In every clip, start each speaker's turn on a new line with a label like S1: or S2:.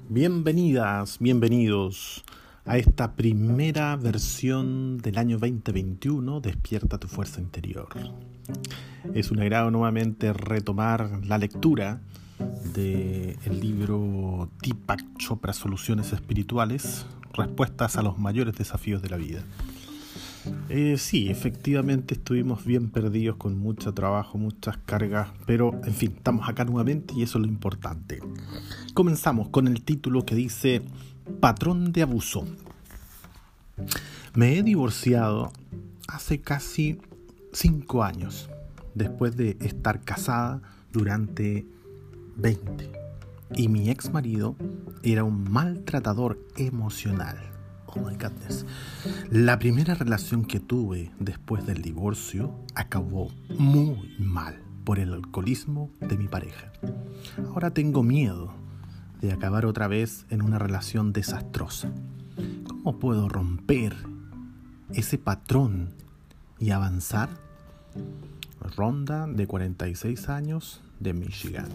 S1: Bienvenidas, bienvenidos a esta primera versión del año 2021, Despierta tu fuerza interior. Es un agrado nuevamente retomar la lectura del libro Deepak Chopra, Soluciones Espirituales, Respuestas a los mayores desafíos de la vida. Sí, efectivamente estuvimos bien perdidos con mucho trabajo, muchas cargas, pero en fin, estamos acá nuevamente y eso es lo importante. Comenzamos con el título que dice Patrón de abuso. Me he divorciado hace casi 5 años, después de estar casada durante 20. Y mi ex marido era un maltratador emocional. Oh my goodness. La primera relación que tuve después del divorcio acabó muy mal por el alcoholismo de mi pareja. Ahora tengo miedo de acabar otra vez en una relación desastrosa. ¿Cómo puedo romper ese patrón y avanzar? Rhonda, de 46 años, de Michigan.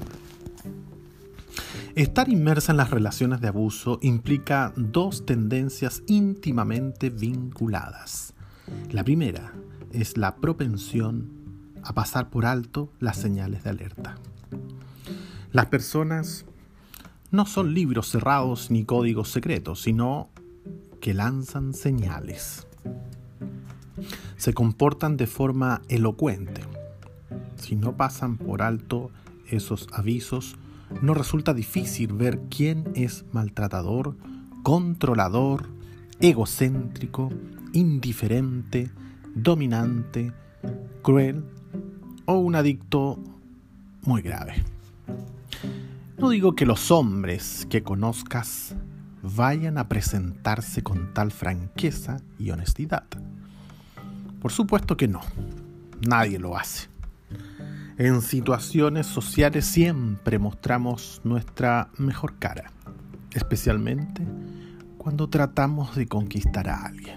S1: Estar inmersa en las relaciones de abuso implica dos tendencias íntimamente vinculadas. La primera es la propensión a pasar por alto las señales de alerta. Las personas no son libros cerrados ni códigos secretos, sino que lanzan señales. Se comportan de forma elocuente. Si no pasan por alto esos avisos, no resulta difícil ver quién es maltratador, controlador, egocéntrico, indiferente, dominante, cruel o un adicto muy grave. No digo que los hombres que conozcas vayan a presentarse con tal franqueza y honestidad. Por supuesto que no, nadie lo hace. En situaciones sociales siempre mostramos nuestra mejor cara, especialmente cuando tratamos de conquistar a alguien.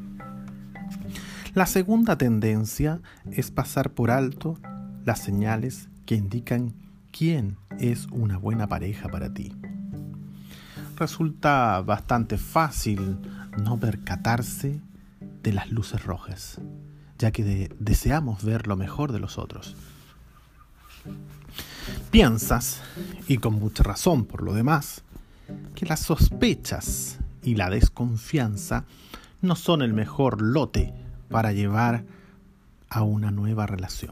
S1: La segunda tendencia es pasar por alto las señales que indican quién es una buena pareja para ti. Resulta bastante fácil no percatarse de las luces rojas, ya que deseamos ver lo mejor de los otros. Piensas, y con mucha razón por lo demás, que las sospechas y la desconfianza no son el mejor lote para llevar a una nueva relación.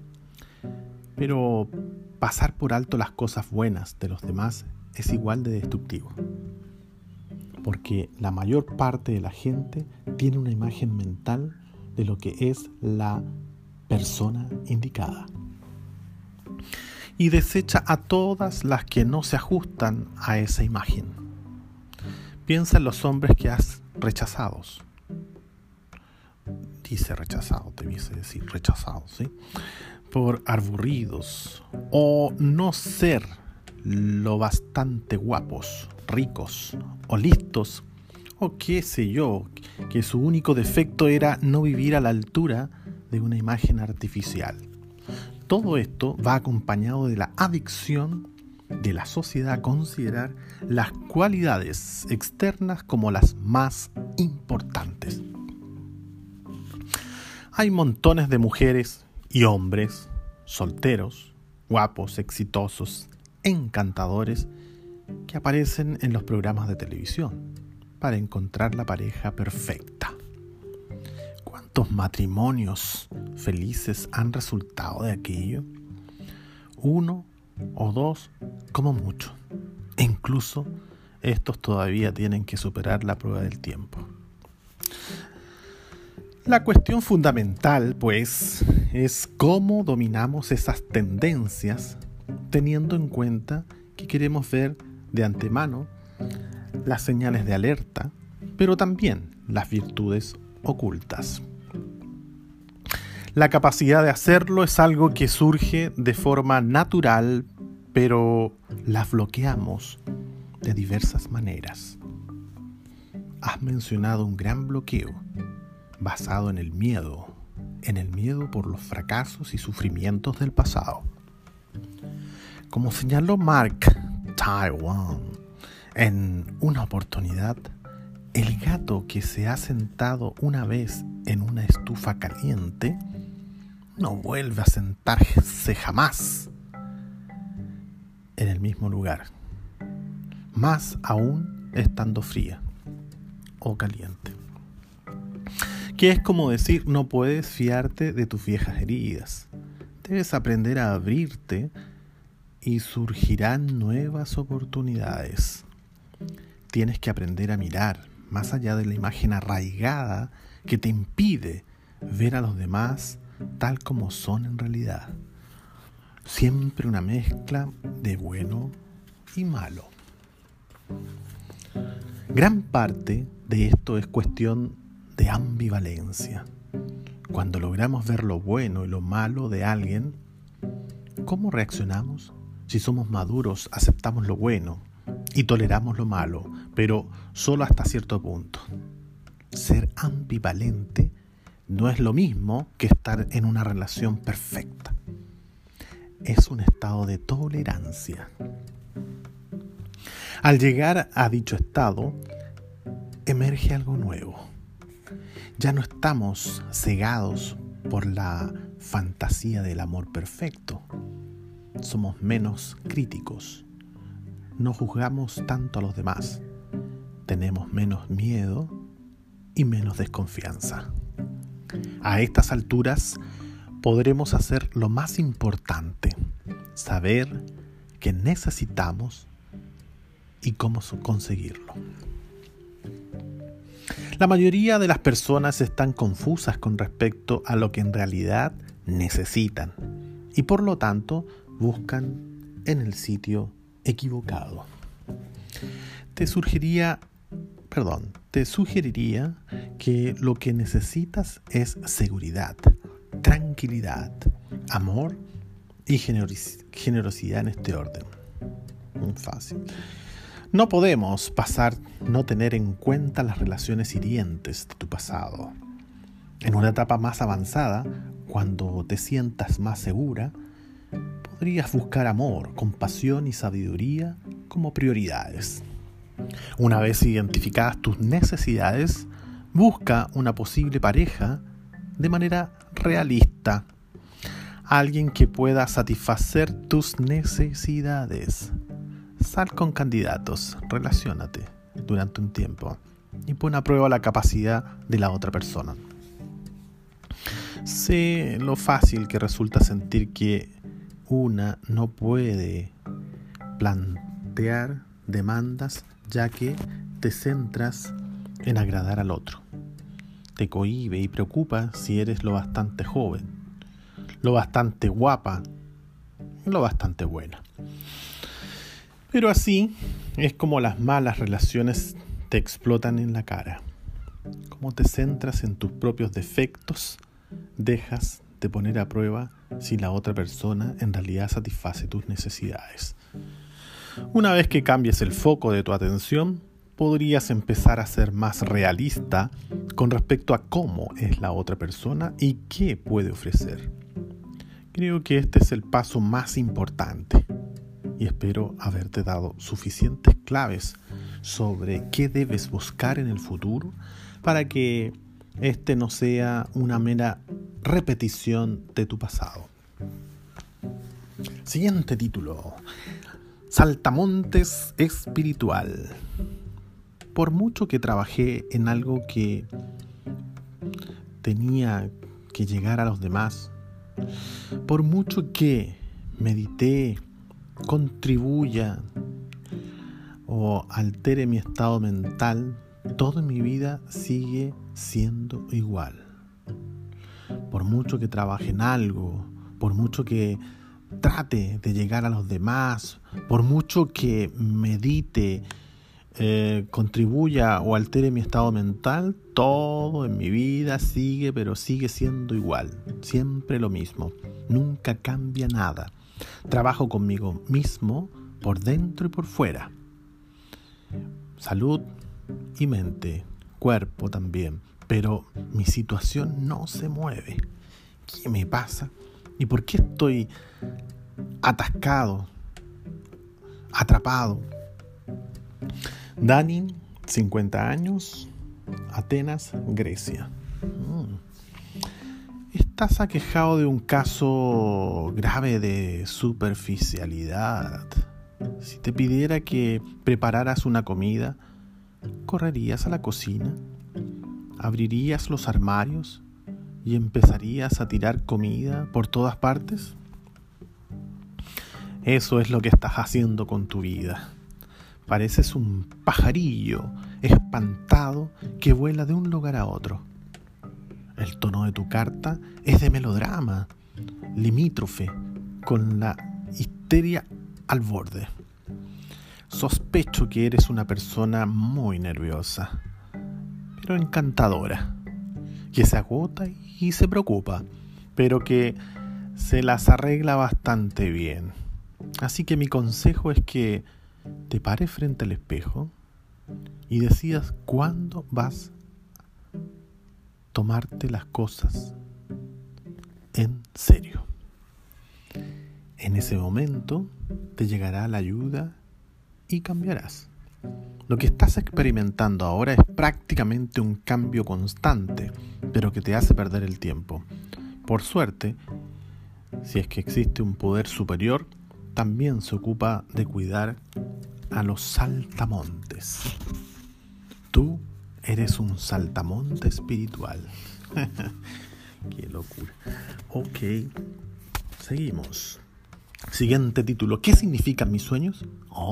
S1: Pero pasar por alto las cosas buenas de los demás es igual de destructivo, porque la mayor parte de la gente tiene una imagen mental de lo que es la persona indicada y desecha a todas las que no se ajustan a esa imagen. Piensa en los hombres que has rechazado. Dice rechazado, debiese decir rechazado, ¿sí? Por aburridos o no ser lo bastante guapos, ricos o listos, o qué sé yo, que su único defecto era no vivir a la altura de una imagen artificial. Todo esto va acompañado de la adicción de la sociedad a considerar las cualidades externas como las más importantes. Hay montones de mujeres y hombres solteros, guapos, exitosos, encantadores, que aparecen en los programas de televisión para encontrar la pareja perfecta. ¿Cuántos matrimonios felices han resultado de aquello? 1 o 2 como mucho. E incluso estos todavía tienen que superar la prueba del tiempo. La cuestión fundamental, pues, es cómo dominamos esas tendencias, teniendo en cuenta que queremos ver de antemano las señales de alerta, pero también las virtudes ocultas. La capacidad de hacerlo es algo que surge de forma natural, pero la bloqueamos de diversas maneras. Has mencionado un gran bloqueo basado en el miedo por los fracasos y sufrimientos del pasado. Como señaló Mark Twain, En una oportunidad, el gato que se ha sentado una vez en una estufa caliente no vuelve a sentarse jamás en el mismo lugar, más aún estando fría o caliente. Que es como decir, no puedes fiarte de tus viejas heridas. Debes aprender a abrirte y surgirán nuevas oportunidades. Tienes que aprender a mirar más allá de la imagen arraigada que te impide ver a los demás tal como son en realidad. Siempre una mezcla de bueno y malo. Gran parte de esto es cuestión de ambivalencia. Cuando logramos ver lo bueno y lo malo de alguien, ¿cómo reaccionamos? Si somos maduros, aceptamos lo bueno y toleramos lo malo, pero solo hasta cierto punto. Ser ambivalente no es lo mismo que estar en una relación perfecta. Es un estado de tolerancia. Al llegar a dicho estado, emerge algo nuevo. Ya no estamos cegados por la fantasía del amor perfecto. Somos menos críticos. No juzgamos tanto a los demás. Tenemos menos miedo y menos desconfianza. A estas alturas podremos hacer lo más importante: saber qué necesitamos y cómo conseguirlo. La mayoría de las personas están confusas con respecto a lo que en realidad necesitan y por lo tanto buscan en el sitio equivocado. Te sugeriría que lo que necesitas es seguridad, tranquilidad, amor y generosidad en este orden. Muy fácil. No podemos no tener en cuenta las relaciones hirientes de tu pasado. En una etapa más avanzada, cuando te sientas más segura, podrías buscar amor, compasión y sabiduría como prioridades. Una vez identificadas tus necesidades, busca una posible pareja de manera realista. Alguien que pueda satisfacer tus necesidades. Sal con candidatos, relaciónate durante un tiempo y pon a prueba la capacidad de la otra persona. Sé lo fácil que resulta sentir que una no puede plantear demandas ya que te centras en agradar al otro. Te cohíbe y preocupa si eres lo bastante joven, lo bastante guapa, lo bastante buena. Pero así es como las malas relaciones te explotan en la cara. Como te centras en tus propios defectos, dejas de poner a prueba si la otra persona en realidad satisface tus necesidades. Una vez que cambies el foco de tu atención, podrías empezar a ser más realista con respecto a cómo es la otra persona y qué puede ofrecer. Creo que este es el paso más importante. Y espero haberte dado suficientes claves sobre qué debes buscar en el futuro para que este no sea una mera repetición de tu pasado. Siguiente título: Saltamontes espiritual. Por mucho que trabajé en algo que tenía que llegar a los demás, por mucho que medité, contribuya o altere mi estado mental, todo en mi vida sigue siendo igual. Por mucho que trabaje en algo, por mucho que trate de llegar a los demás, por mucho que medite, contribuya o altere mi estado mental, todo en mi vida sigue siendo igual, siempre lo mismo, nunca cambia nada. Trabajo conmigo mismo por dentro y por fuera. Salud y mente, cuerpo también. Pero mi situación no se mueve. ¿Qué me pasa? ¿Y por qué estoy atascado, atrapado? Dani, 50 años, Atenas, Grecia. Estás aquejado de un caso grave de superficialidad. Si te pidiera que prepararas una comida, ¿correrías a la cocina? ¿Abrirías los armarios y empezarías a tirar comida por todas partes? Eso es lo que estás haciendo con tu vida. Pareces un pajarillo espantado que vuela de un lugar a otro. El tono de tu carta es de melodrama, limítrofe, con la histeria al borde. Sospecho que eres una persona muy nerviosa, pero encantadora, que se agota y se preocupa, pero que se las arregla bastante bien. Así que mi consejo es que te pares frente al espejo y decidas cuándo vas a tomarte las cosas en serio. En ese momento te llegará la ayuda y cambiarás. Lo que estás experimentando ahora es prácticamente un cambio constante, pero que te hace perder el tiempo. Por suerte, si es que existe un poder superior, también se ocupa de cuidar a los saltamontes. Tú eres un saltamonte espiritual. Qué locura. Ok, seguimos. Siguiente título. ¿Qué significan mis sueños?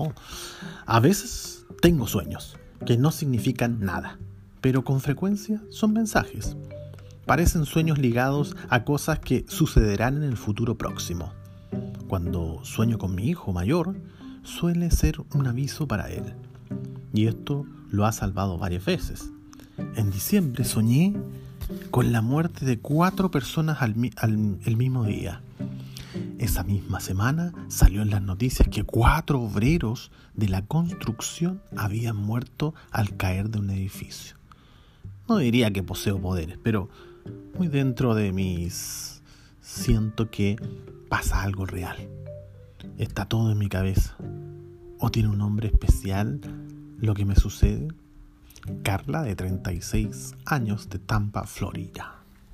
S1: A veces tengo sueños que no significan nada, pero con frecuencia son mensajes. Parecen sueños ligados a cosas que sucederán en el futuro próximo. Cuando sueño con mi hijo mayor, suele ser un aviso para él. Y esto lo ha salvado varias veces. En diciembre soñé con la muerte de 4 personas el mismo día. Esa misma semana salió en las noticias que 4 obreros de la construcción habían muerto al caer de un edificio. No diría que poseo poderes, pero muy dentro de mis siento que pasa algo real. Está todo en mi cabeza. ¿O tiene un nombre especial lo que me sucede? Carla, de 36 años, de Tampa, Florida.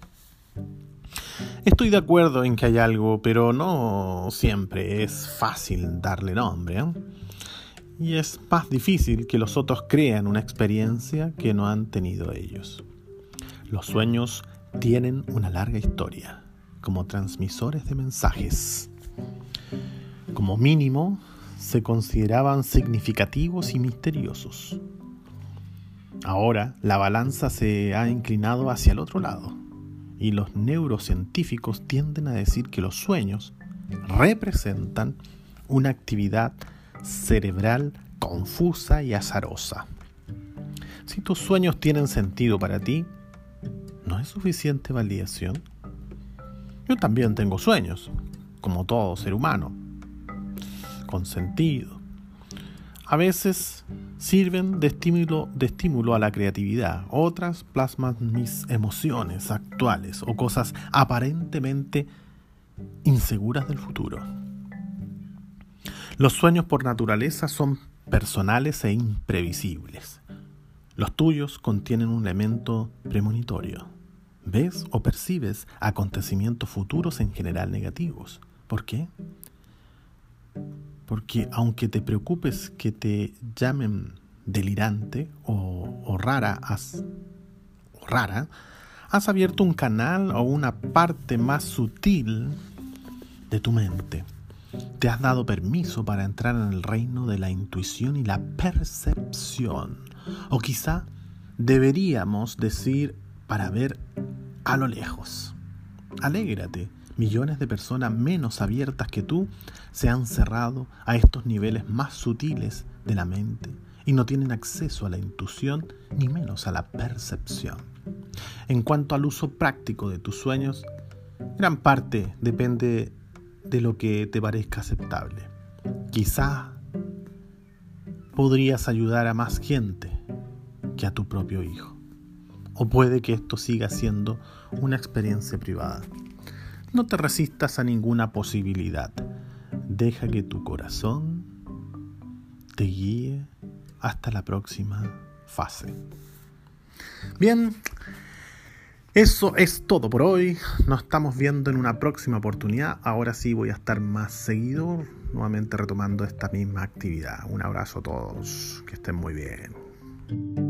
S1: Estoy de acuerdo en que hay algo, pero no siempre es fácil darle nombre, ¿eh? Y es más difícil que los otros crean una experiencia que no han tenido ellos. Los sueños tienen una larga historia, como transmisores de mensajes. Como mínimo, se consideraban significativos y misteriosos. Ahora, la balanza se ha inclinado hacia el otro lado, y los neurocientíficos tienden a decir que los sueños representan una actividad cerebral confusa y azarosa. Si tus sueños tienen sentido para ti, ¿no es suficiente validación? Yo también tengo sueños, como todo ser humano, con sentido. A veces sirven de estímulo a la creatividad, otras plasman mis emociones actuales o cosas aparentemente inseguras del futuro. Los sueños por naturaleza son personales e imprevisibles. Los tuyos contienen un elemento premonitorio. Ves o percibes acontecimientos futuros en general negativos. ¿Por qué? Porque aunque te preocupes que te llamen delirante o rara, has abierto un canal o una parte más sutil de tu mente. Te has dado permiso para entrar en el reino de la intuición y la percepción. O quizá deberíamos decir para ver a lo lejos. Alégrate. Millones de personas menos abiertas que tú se han cerrado a estos niveles más sutiles de la mente y no tienen acceso a la intuición ni menos a la percepción. En cuanto al uso práctico de tus sueños, gran parte depende de lo que te parezca aceptable. Quizá podrías ayudar a más gente que a tu propio hijo. O puede que esto siga siendo una experiencia privada. No te resistas a ninguna posibilidad. Deja que tu corazón te guíe hasta la próxima fase. Bien, eso es todo por hoy. Nos estamos viendo en una próxima oportunidad. Ahora sí voy a estar más seguido, nuevamente retomando esta misma actividad. Un abrazo a todos, que estén muy bien.